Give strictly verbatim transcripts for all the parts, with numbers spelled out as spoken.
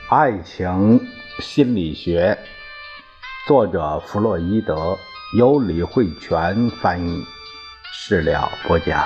爱情心理学，作者弗洛伊德，由李慧泉翻译，事了播讲。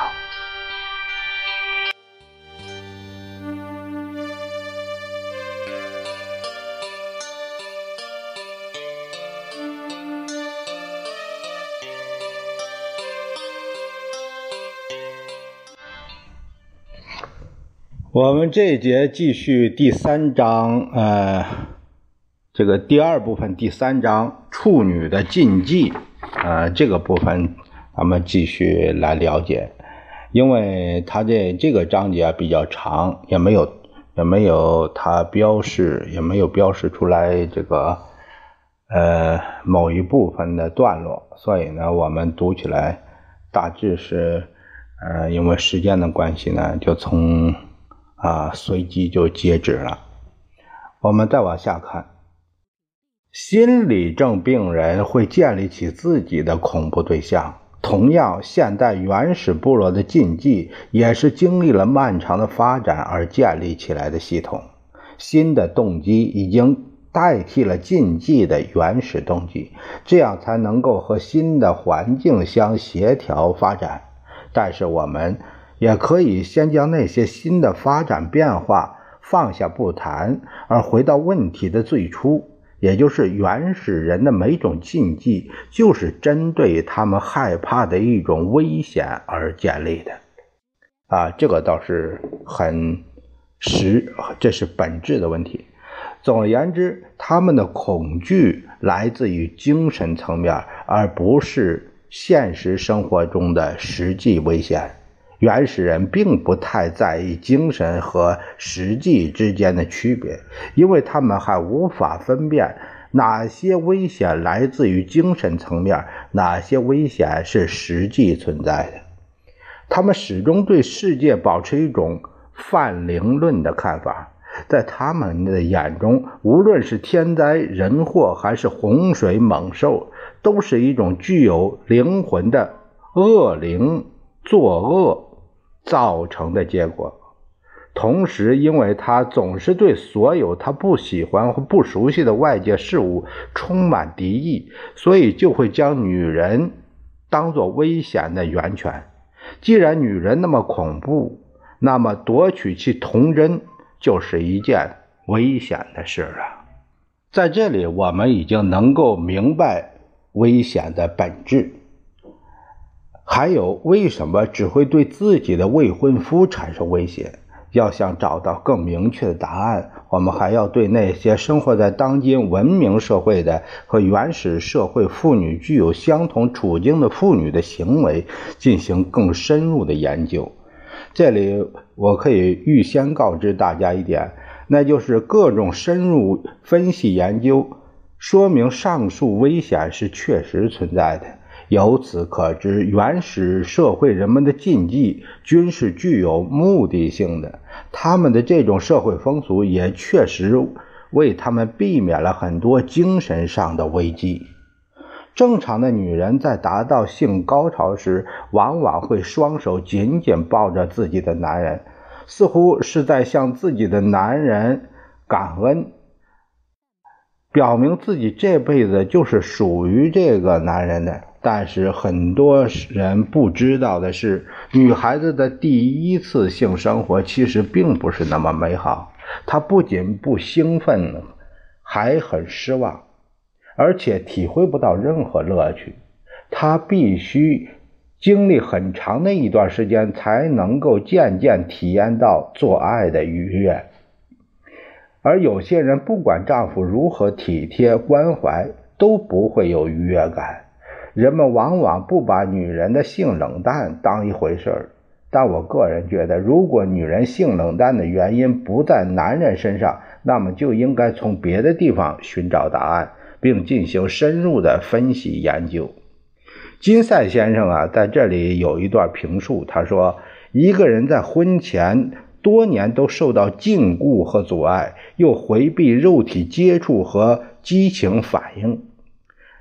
我们这一节继续第三章，呃，这个第二部分第三章处女的禁忌，呃，这个部分咱们继续来了解，因为它这这个章节比较长，也没有也没有它标示，也没有标示出来这个呃某一部分的段落，所以呢，我们读起来大致是呃，因为时间的关系呢，就从啊，随即就截止了。我们再往下看，心理症病人会建立起自己的恐怖对象。同样，现代原始部落的禁忌也是经历了漫长的发展而建立起来的系统。新的动机已经代替了禁忌的原始动机，这样才能够和新的环境相协调发展。但是我们也可以先将那些新的发展变化放下不谈，而回到问题的最初，也就是原始人的每种禁忌就是针对他们害怕的一种危险而建立的。啊，这个倒是很实，这是本质的问题。总而言之，他们的恐惧来自于精神层面，而不是现实生活中的实际危险。原始人并不太在意精神和实际之间的区别，因为他们还无法分辨哪些危险来自于精神层面，哪些危险是实际存在的。他们始终对世界保持一种泛灵论的看法，在他们的眼中，无论是天灾人祸还是洪水猛兽，都是一种具有灵魂的恶灵作恶造成的结果。同时，因为他总是对所有他不喜欢或不熟悉的外界事物充满敌意，所以就会将女人当作危险的源泉。既然女人那么恐怖，那么夺取其童真就是一件危险的事了。在这里，我们已经能够明白危险的本质，还有为什么只会对自己的未婚夫产生威胁。要想找到更明确的答案，我们还要对那些生活在当今文明社会的和原始社会妇女具有相同处境的妇女的行为进行更深入的研究。这里我可以预先告知大家一点，那就是各种深入分析研究说明上述危险是确实存在的。由此可知，原始社会人们的禁忌均是具有目的性的，他们的这种社会风俗也确实为他们避免了很多精神上的危机。正常的女人在达到性高潮时，往往会双手紧紧抱着自己的男人，似乎是在向自己的男人感恩，表明自己这辈子就是属于这个男人的。但是很多人不知道的是，女孩子的第一次性生活其实并不是那么美好，她不仅不兴奋，还很失望，而且体会不到任何乐趣。她必须经历很长的一段时间才能够渐渐体验到做爱的愉悦。而有些人不管丈夫如何体贴关怀，都不会有愉悦感。人们往往不把女人的性冷淡当一回事儿，但我个人觉得，如果女人性冷淡的原因不在男人身上，那么就应该从别的地方寻找答案，并进行深入的分析研究。金赛先生啊，在这里有一段评述，他说，一个人在婚前多年都受到禁锢和阻碍，又回避肉体接触和激情反应，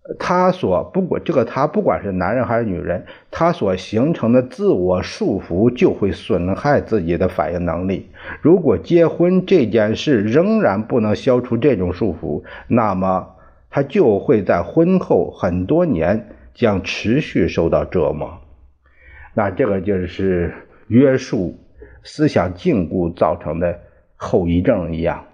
他所不管这个他不管是男人还是女人，他所形成的自我束缚就会损害自己的反应能力。如果结婚这件事仍然不能消除这种束缚，那么他就会在婚后很多年将持续受到折磨。那这个就是约束、思想禁锢造成的后遗症一样。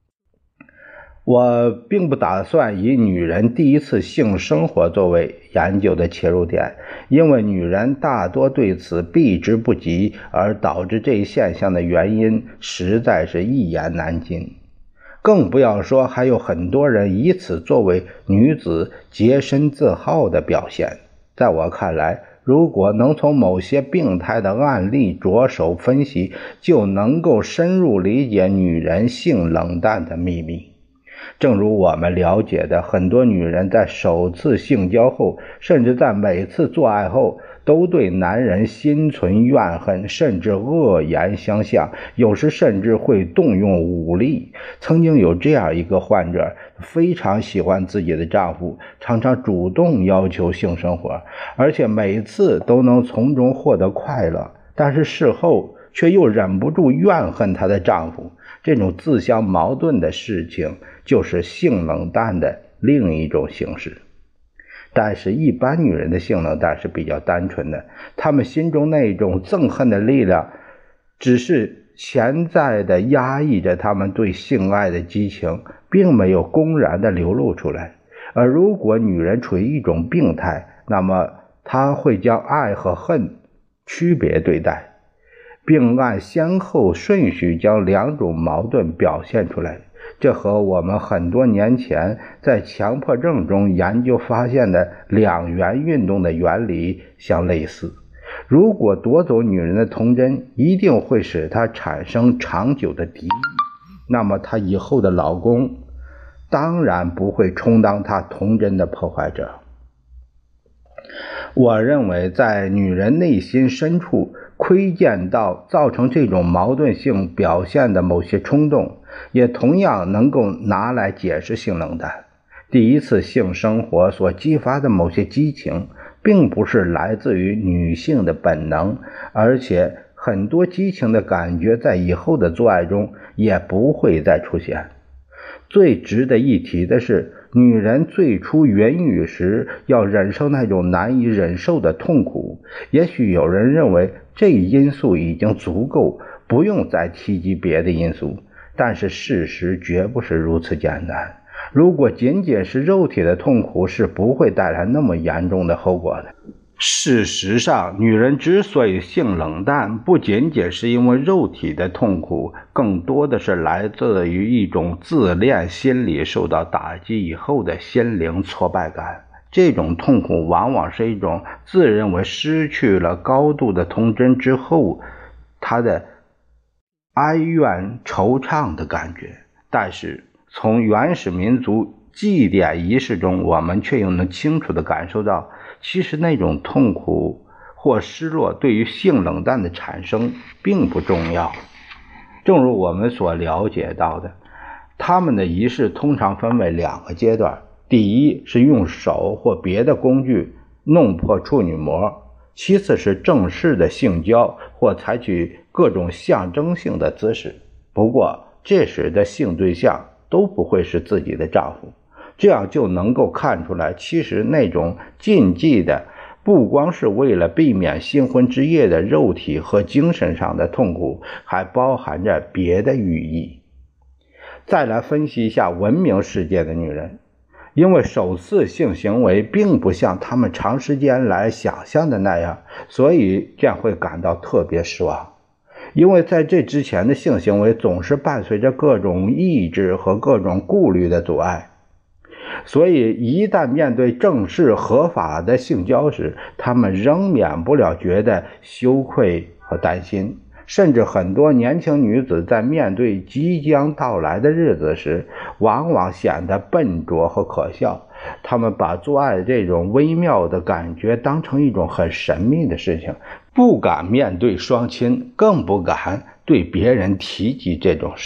我并不打算以女人第一次性生活作为研究的切入点，因为女人大多对此避之不及，而导致这一现象的原因实在是一言难尽。更不要说还有很多人以此作为女子洁身自好的表现。在我看来，如果能从某些病态的案例着手分析，就能够深入理解女人性冷淡的秘密。正如我们了解的，很多女人在首次性交后，甚至在每次做爱后，都对男人心存怨恨，甚至恶言相向，有时甚至会动用武力。曾经有这样一个患者，非常喜欢自己的丈夫，常常主动要求性生活，而且每次都能从中获得快乐，但是事后却又忍不住怨恨她的丈夫。这种自相矛盾的事情就是性冷淡的另一种形式。但是一般女人的性冷淡是比较单纯的，她们心中那种憎恨的力量只是潜在的压抑着她们对性爱的激情，并没有公然的流露出来。而如果女人处于一种病态，那么她会将爱和恨区别对待，并按先后顺序将两种矛盾表现出来。这和我们很多年前在强迫症中研究发现的两元运动的原理相类似。如果夺走女人的童真一定会使她产生长久的敌意，那么她以后的老公当然不会充当她童真的破坏者。我认为在女人内心深处窥见到造成这种矛盾性表现的某些冲动，也同样能够拿来解释性冷淡。第一次性生活所激发的某些激情，并不是来自于女性的本能，而且很多激情的感觉在以后的做爱中也不会再出现。最值得一提的是，女人最初孕育时要忍受那种难以忍受的痛苦，也许有人认为这一因素已经足够，不用再提及别的因素，但是事实绝不是如此简单。如果仅仅是肉体的痛苦，是不会带来那么严重的后果的。事实上，女人之所以性冷淡，不仅仅是因为肉体的痛苦，更多的是来自于一种自恋心理受到打击以后的心灵挫败感。这种痛苦往往是一种自认为失去了高度的童真之后，她的哀怨惆怅的感觉。但是从原始民族祭典仪式中，我们却又能清楚地感受到，其实那种痛苦或失落对于性冷淡的产生并不重要。正如我们所了解到的，他们的仪式通常分为两个阶段。第一是用手或别的工具弄破处女膜，其次是正式的性交或采取各种象征性的姿势。不过这时的性对象都不会是自己的丈夫。这样就能够看出来，其实那种禁忌的不光是为了避免新婚之夜的肉体和精神上的痛苦，还包含着别的寓意。再来分析一下文明世界的女人，因为首次性行为并不像他们长时间来想象的那样，所以这样会感到特别失望。因为在这之前的性行为总是伴随着各种意志和各种顾虑的阻碍，所以一旦面对正式合法的性交时，他们仍免不了觉得羞愧和担心。甚至很多年轻女子在面对即将到来的日子时，往往显得笨拙和可笑。她们把做爱这种微妙的感觉当成一种很神秘的事情，不敢面对双亲，更不敢对别人提及这种事。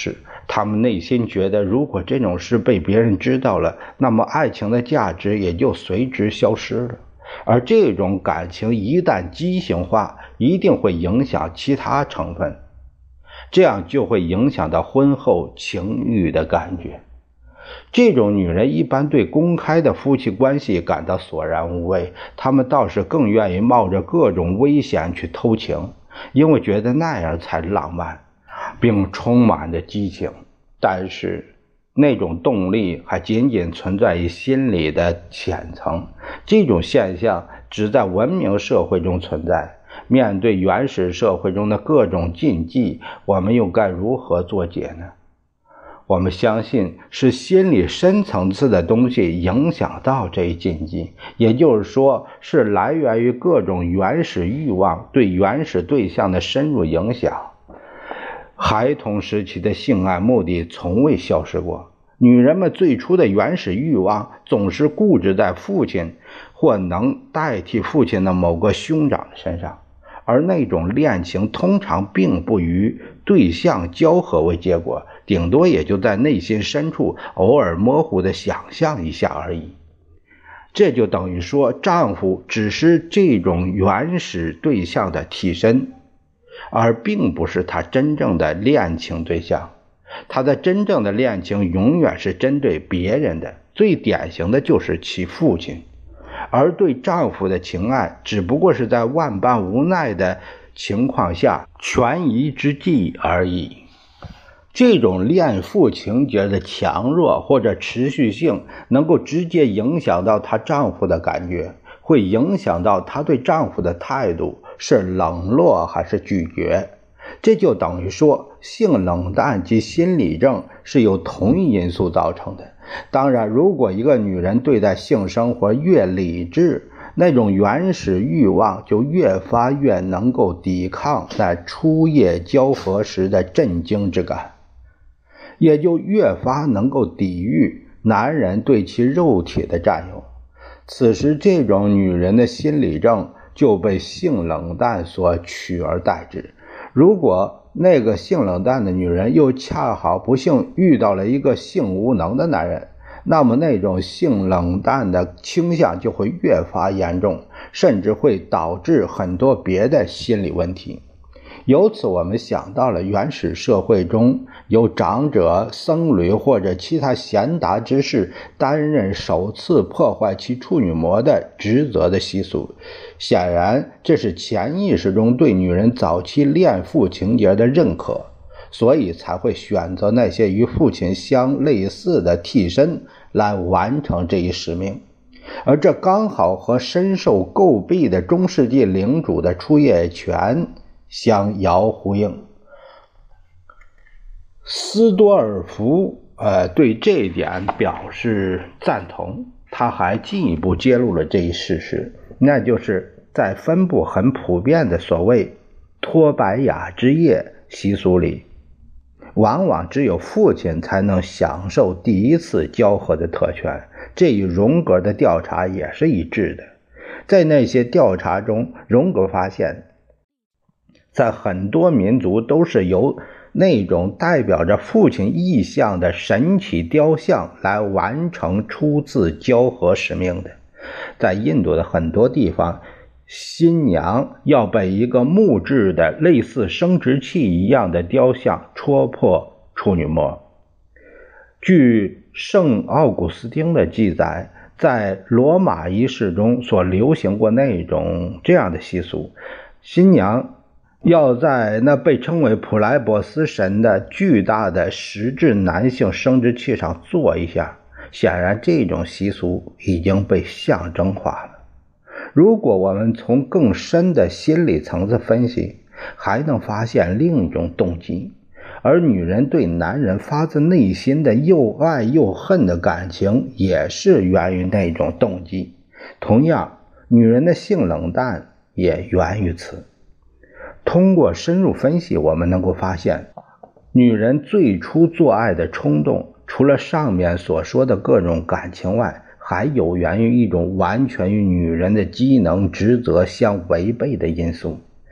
他们内心觉得，如果这种事被别人知道了，那么爱情的价值也就随之消失了。而这种感情一旦畸形化，一定会影响其他成分，这样就会影响到婚后情欲的感觉。这种女人一般对公开的夫妻关系感到索然无味，她们倒是更愿意冒着各种危险去偷情，因为觉得那样才浪漫，并充满着激情。但是那种动力还仅仅存在于心理的浅层，这种现象只在文明社会中存在。面对原始社会中的各种禁忌，我们又该如何作解呢？我们相信是心理深层次的东西影响到这一禁忌，也就是说，是来源于各种原始欲望对原始对象的深入影响。孩童时期的性爱目的从未消失过，女人们最初的原始欲望总是固执在父亲或能代替父亲的某个兄长身上，而那种恋情通常并不与对象交合为结果，顶多也就在内心深处偶尔模糊地想象一下而已。这就等于说，丈夫只是这种原始对象的替身，而并不是他真正的恋情对象。他的真正的恋情永远是针对别人的，最典型的就是其父亲。而对丈夫的情爱只不过是在万般无奈的情况下权宜之计而已。这种恋父情节的强弱或者持续性能够直接影响到她丈夫的感觉，会影响到她对丈夫的态度，是冷落还是拒绝。这就等于说，性冷淡及心理症是由同一因素造成的。当然，如果一个女人对待性生活越理智，那种原始欲望就越发越能够抵抗在初夜交合时的震惊之感，也就越发能够抵御男人对其肉体的占有。此时这种女人的心理症就被性冷淡所取而代之。如果那个性冷淡的女人又恰好不幸遇到了一个性无能的男人，那么那种性冷淡的倾向就会越发严重，甚至会导致很多别的心理问题。由此我们想到了原始社会中由长者、僧侣或者其他贤达之士担任首次破坏其处女膜的职责的习俗。显然这是潜意识中对女人早期恋父情节的认可，所以才会选择那些与父亲相类似的替身来完成这一使命。而这刚好和深受诟病的中世纪领主的出夜权相遥呼应。斯多尔夫呃对这一点表示赞同，他还进一步揭露了这一事实，那就是在分布很普遍的所谓托白雅之夜习俗里，往往只有父亲才能享受第一次交合的特权，这与荣格的调查也是一致的。在那些调查中，荣格发现在很多民族都是由那种代表着父亲意象的神奇雕像来完成初次交合使命的。在印度的很多地方，新娘要被一个木质的类似生殖器一样的雕像戳破处女膜。据圣奥古斯丁的记载，在罗马仪式中所流行过那种这样的习俗，新娘要在那被称为普莱博斯神的巨大的实质男性生殖器上坐一下。显然这种习俗已经被象征化了。如果我们从更深的心理层次分析，还能发现另一种动机，而女人对男人发自内心的又爱又恨的感情也是源于那种动机。同样，女人的性冷淡也源于此。通过深入分析，我们能够发现，女人最初做爱的冲动，除了上面所说的各种感情外，还有源于一种完全与女人的机能职责相违背的因素。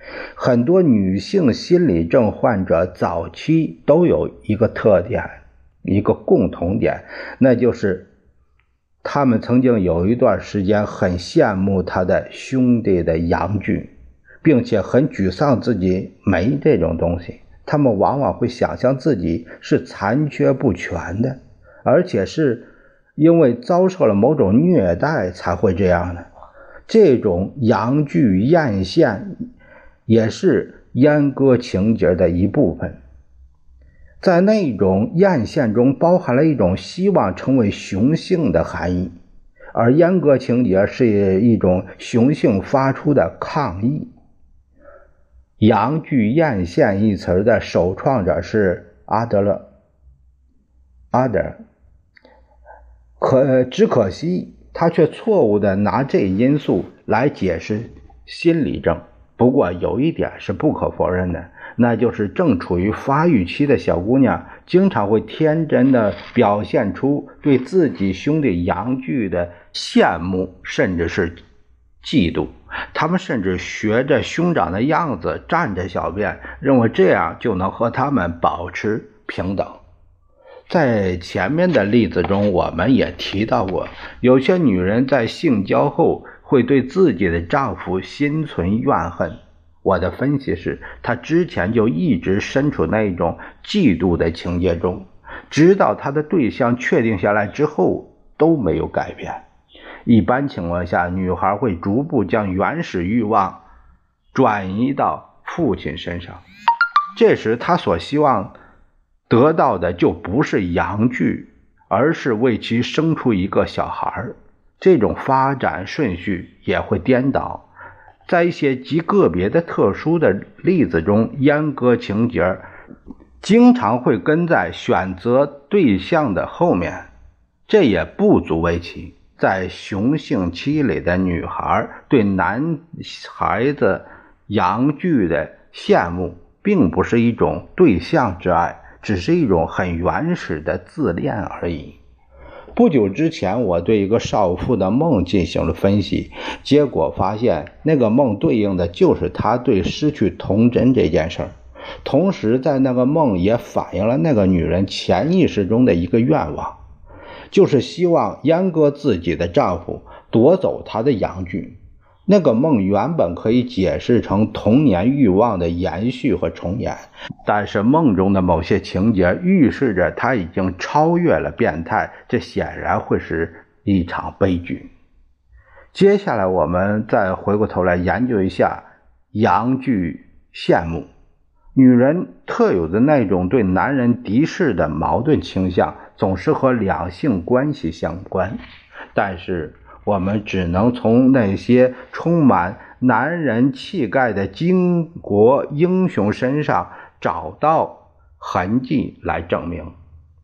很多女性心理症患者早期都有一个特点，一个共同点，那就是他们曾经有一段时间很羡慕他的兄弟的阳具，并且很沮丧自己没这种东西。他们往往会想象自己是残缺不全的，而且是因为遭受了某种虐待才会这样的。这种阳具艳羡也是阉割情节的一部分，在那种艳羡中包含了一种希望成为雄性的含义，而阉割情节是一种雄性发出的抗议。阳具艳羡一词的首创者是阿德勒，阿德尔，可只可惜他却错误地拿这一因素来解释心理症。不过有一点是不可否认的，那就是正处于发育期的小姑娘经常会天真地表现出对自己兄弟阳具的羡慕，甚至是嫉妒。他们甚至学着兄长的样子站着小便，认为这样就能和他们保持平等。在前面的例子中我们也提到过，有些女人在性交后会对自己的丈夫心存怨恨。我的分析是，她之前就一直身处那种嫉妒的情节中，直到她的对象确定下来之后都没有改变。一般情况下，女孩会逐步将原始欲望转移到父亲身上，这时她所希望得到的就不是阳具，而是为其生出一个小孩。这种发展顺序也会颠倒，在一些极个别的特殊的例子中，阉割情节经常会跟在选择对象的后面，这也不足为奇。在雄性期里的女孩对男孩子阳具的羡慕并不是一种对象之爱，只是一种很原始的自恋而已。不久之前我对一个少妇的梦进行了分析，结果发现那个梦对应的就是她对失去童真这件事儿，同时在那个梦也反映了那个女人潜意识中的一个愿望，就是希望阉割自己的丈夫，夺走她的阳具。那个梦原本可以解释成童年欲望的延续和重演，但是梦中的某些情节预示着他已经超越了变态，这显然会是一场悲剧。接下来我们再回过头来研究一下阳具羡慕。女人特有的那种对男人敌视的矛盾倾向总是和两性关系相关，但是我们只能从那些充满男人气概的巾帼英雄身上找到痕迹来证明。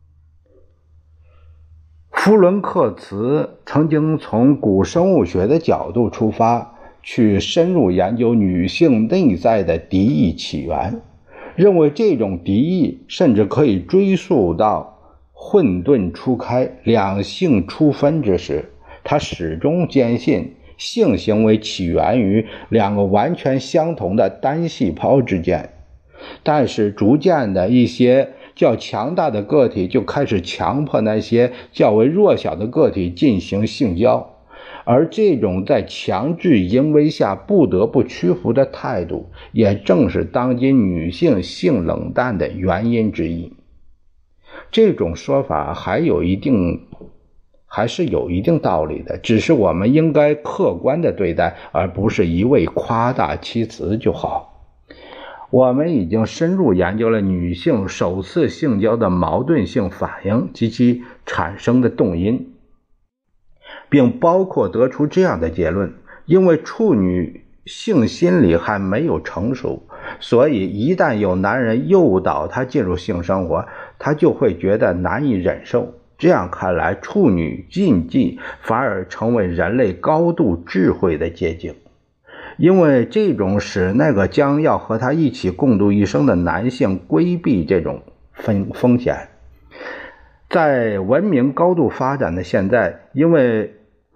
弗伦克茨曾经从古生物学的角度出发，去深入研究女性内在的敌意起源，认为这种敌意甚至可以追溯到混沌初开、两性初分之时。他始终坚信性行为起源于两个完全相同的单细胞之间，但是逐渐的一些较强大的个体就开始强迫那些较为弱小的个体进行性交，而这种在强制淫威下不得不屈服的态度，也正是当今女性性冷淡的原因之一。这种说法还有一定还是有一定道理的，只是我们应该客观的对待，而不是一味夸大其词就好。我们已经深入研究了女性首次性交的矛盾性反应及其产生的动因，并包括得出这样的结论：因为处女性心理还没有成熟，所以一旦有男人诱导她进入性生活，她就会觉得难以忍受。这样看来，处女禁忌反而成为人类高度智慧的结晶，因为这种使那个将要和他一起共度一生的男性规避这种风险。在文明高度发展的现在，因为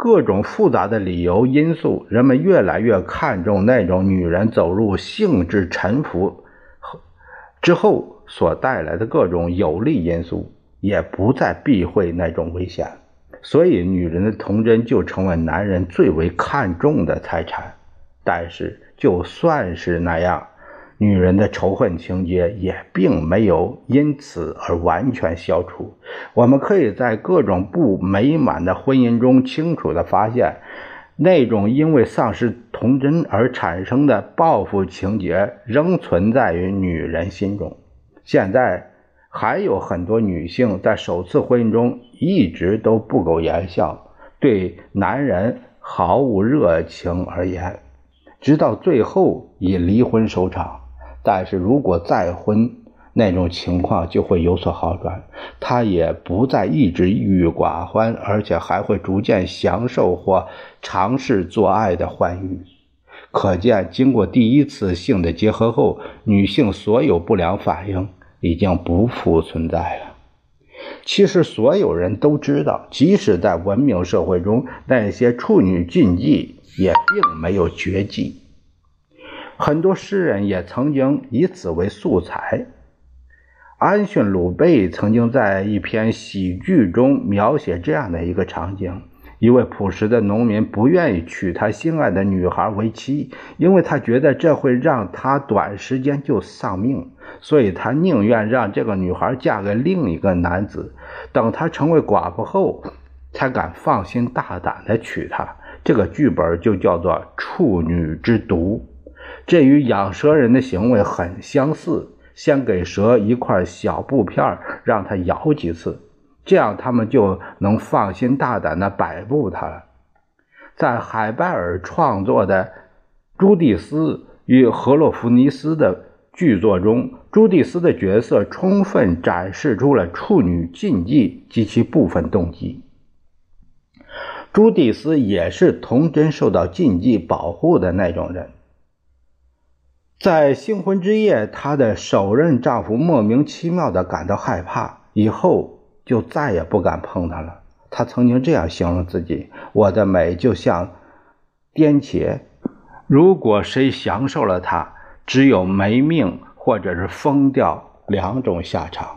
各种复杂的理由因素，人们越来越看重那种女人走入性质沉浮之后所带来的各种有利因素，也不再避讳那种危险。所以女人的童真就成为男人最为看重的财产。但是就算是那样，女人的仇恨情节也并没有因此而完全消除。我们可以在各种不美满的婚姻中清楚地发现，那种因为丧失童真而产生的报复情节仍存在于女人心中。现在还有很多女性在首次婚姻中一直都不苟言笑，对男人毫无热情而言，直到最后以离婚收场。但是如果再婚，那种情况就会有所好转，他也不再一直郁郁寡欢，而且还会逐渐享受或尝试做爱的欢愉。可见经过第一次性的结合后，女性所有不良反应已经不复存在了。其实所有人都知道，即使在文明社会中，那些处女禁忌也并没有绝迹。很多诗人也曾经以此为素材。安逊·鲁贝曾经在一篇喜剧中描写这样的一个场景：一位朴实的农民不愿意娶他心爱的女孩为妻，因为他觉得这会让他短时间就丧命，所以他宁愿让这个女孩嫁给另一个男子，等她成为寡妇后才敢放心大胆地娶她。这个剧本就叫做处女之毒。这与养蛇人的行为很相似，先给蛇一块小布片，让它咬几次，这样他们就能放心大胆地摆布它了。在海拜尔创作的朱蒂斯与荷洛弗尼斯的剧作中，朱蒂斯的角色充分展示出了处女禁忌及其部分动机。朱蒂斯也是童真受到禁忌保护的那种人。在新婚之夜，她的首任丈夫莫名其妙地感到害怕，以后就再也不敢碰她了。她曾经这样形容自己：我的美就像颠茄，如果谁享受了它，只有没命或者是疯掉两种下场。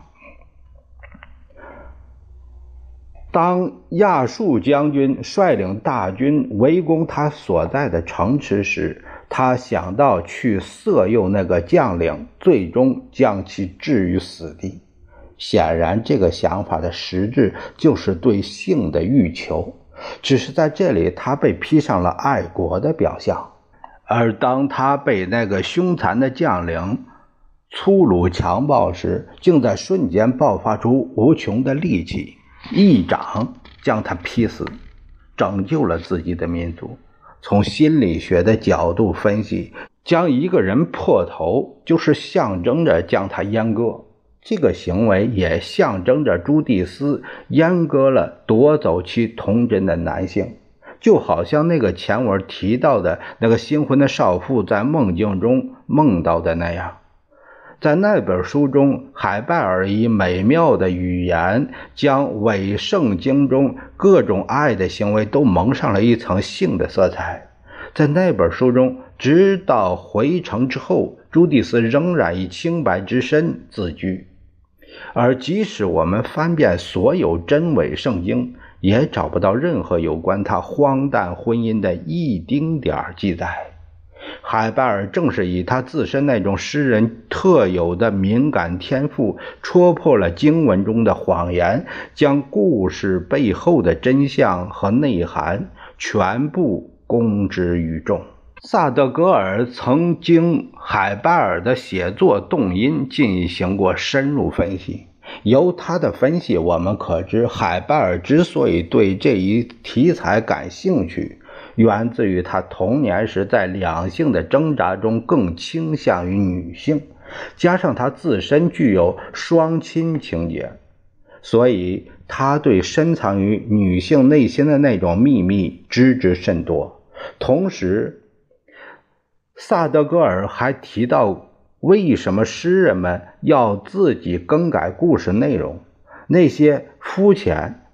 当亚述将军率领大军围攻他所在的城池时，他想到去色诱那个将领，最终将其置于死地。显然这个想法的实质就是对性的欲求，只是在这里他被披上了爱国的表象。而当他被那个凶残的将领粗鲁强暴时，竟在瞬间爆发出无穷的力气，一掌将他劈死，拯救了自己的民族。从心理学的角度分析，将一个人破头就是象征着将他阉割，这个行为也象征着朱蒂斯阉割了夺走其童真的男性，就好像那个前文提到的那个新婚的少妇在梦境中梦到的那样。在那本书中，海拜尔以美妙的语言将伪圣经中各种爱的行为都蒙上了一层性的色彩。在那本书中，直到回城之后，朱蒂斯仍然以清白之身自居，而即使我们翻遍所有真伪圣经，也找不到任何有关他荒诞婚姻的一丁点记载。海拜尔正是以他自身那种诗人特有的敏感天赋，戳破了经文中的谎言，将故事背后的真相和内涵全部公之于众。萨德格尔曾经海拜尔的写作动因进行过深入分析，由他的分析我们可知，海拜尔之所以对这一题材感兴趣，源自于他童年时在两性的挣扎中更倾向于女性，加上他自身具有双亲情节，所以他对深藏于女性内心的那种秘密知之甚多。同时，萨德格尔还提到为什么诗人们要自己更改故事内容，那些肤浅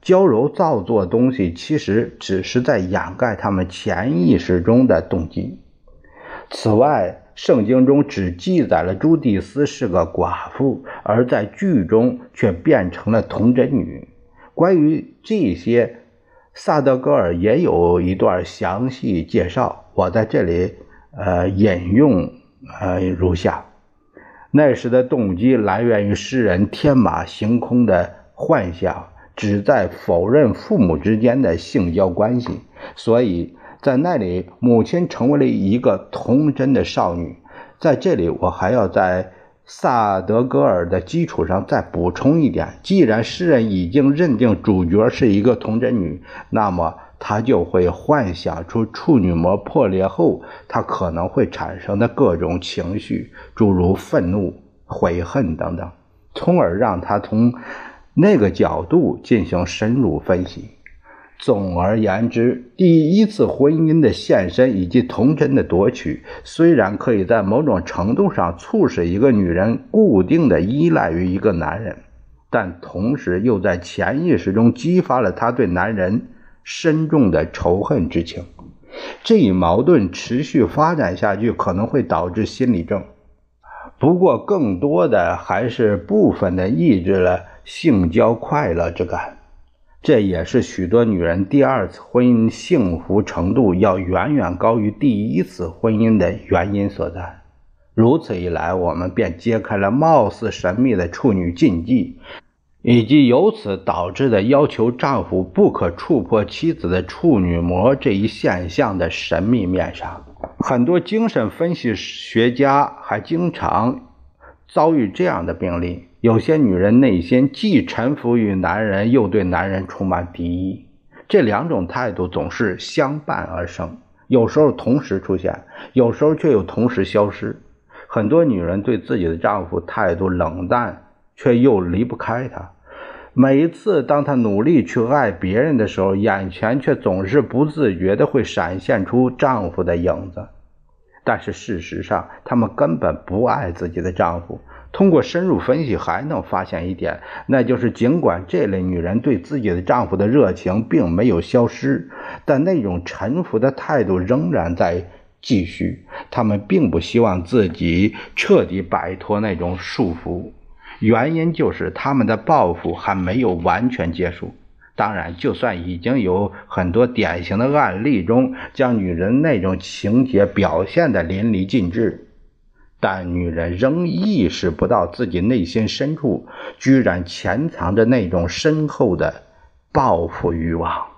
娇柔造作的东西其实只是在掩盖他们潜意识中的动机。此外，圣经中只记载了朱蒂斯是个寡妇，而在剧中却变成了童贞女。关于这些，萨德格尔也有一段详细介绍，我在这里呃引用呃如下：那时的动机来源于诗人天马行空的幻想，旨在否认父母之间的性交关系，所以在那里母亲成为了一个童真的少女。在这里我还要在萨德格尔的基础上再补充一点，既然诗人已经认定主角是一个童贞女，那么他就会幻想出处女膜破裂后他可能会产生的各种情绪，诸如愤怒、悔恨等等，从而让他从那个角度进行深入分析。总而言之，第一次婚姻的献身以及童真的夺取，虽然可以在某种程度上促使一个女人固定的依赖于一个男人，但同时又在潜意识中激发了她对男人深重的仇恨之情。这一矛盾持续发展下去，可能会导致心理症，不过更多的还是部分的抑制了性交快乐之感。这也是许多女人第二次婚姻幸福程度要远远高于第一次婚姻的原因所在。如此一来，我们便揭开了貌似神秘的处女禁忌，以及由此导致的要求丈夫不可触碰妻子的处女膜这一现象的神秘面纱。很多精神分析学家还经常遭遇这样的病例，有些女人内心既臣服于男人，又对男人充满敌意，这两种态度总是相伴而生，有时候同时出现，有时候却又同时消失。很多女人对自己的丈夫态度冷淡，却又离不开他。每一次当她努力去爱别人的时候，眼前却总是不自觉地会闪现出丈夫的影子。但是事实上，她们根本不爱自己的丈夫。通过深入分析还能发现一点，那就是尽管这类女人对自己的丈夫的热情并没有消失，但那种臣服的态度仍然在继续。她们并不希望自己彻底摆脱那种束缚，原因就是她们的报复还没有完全结束。当然，就算已经有很多典型的案例中将女人那种情节表现得淋漓尽致，但女人仍意识不到自己内心深处居然潜藏着那种深厚的报复欲望。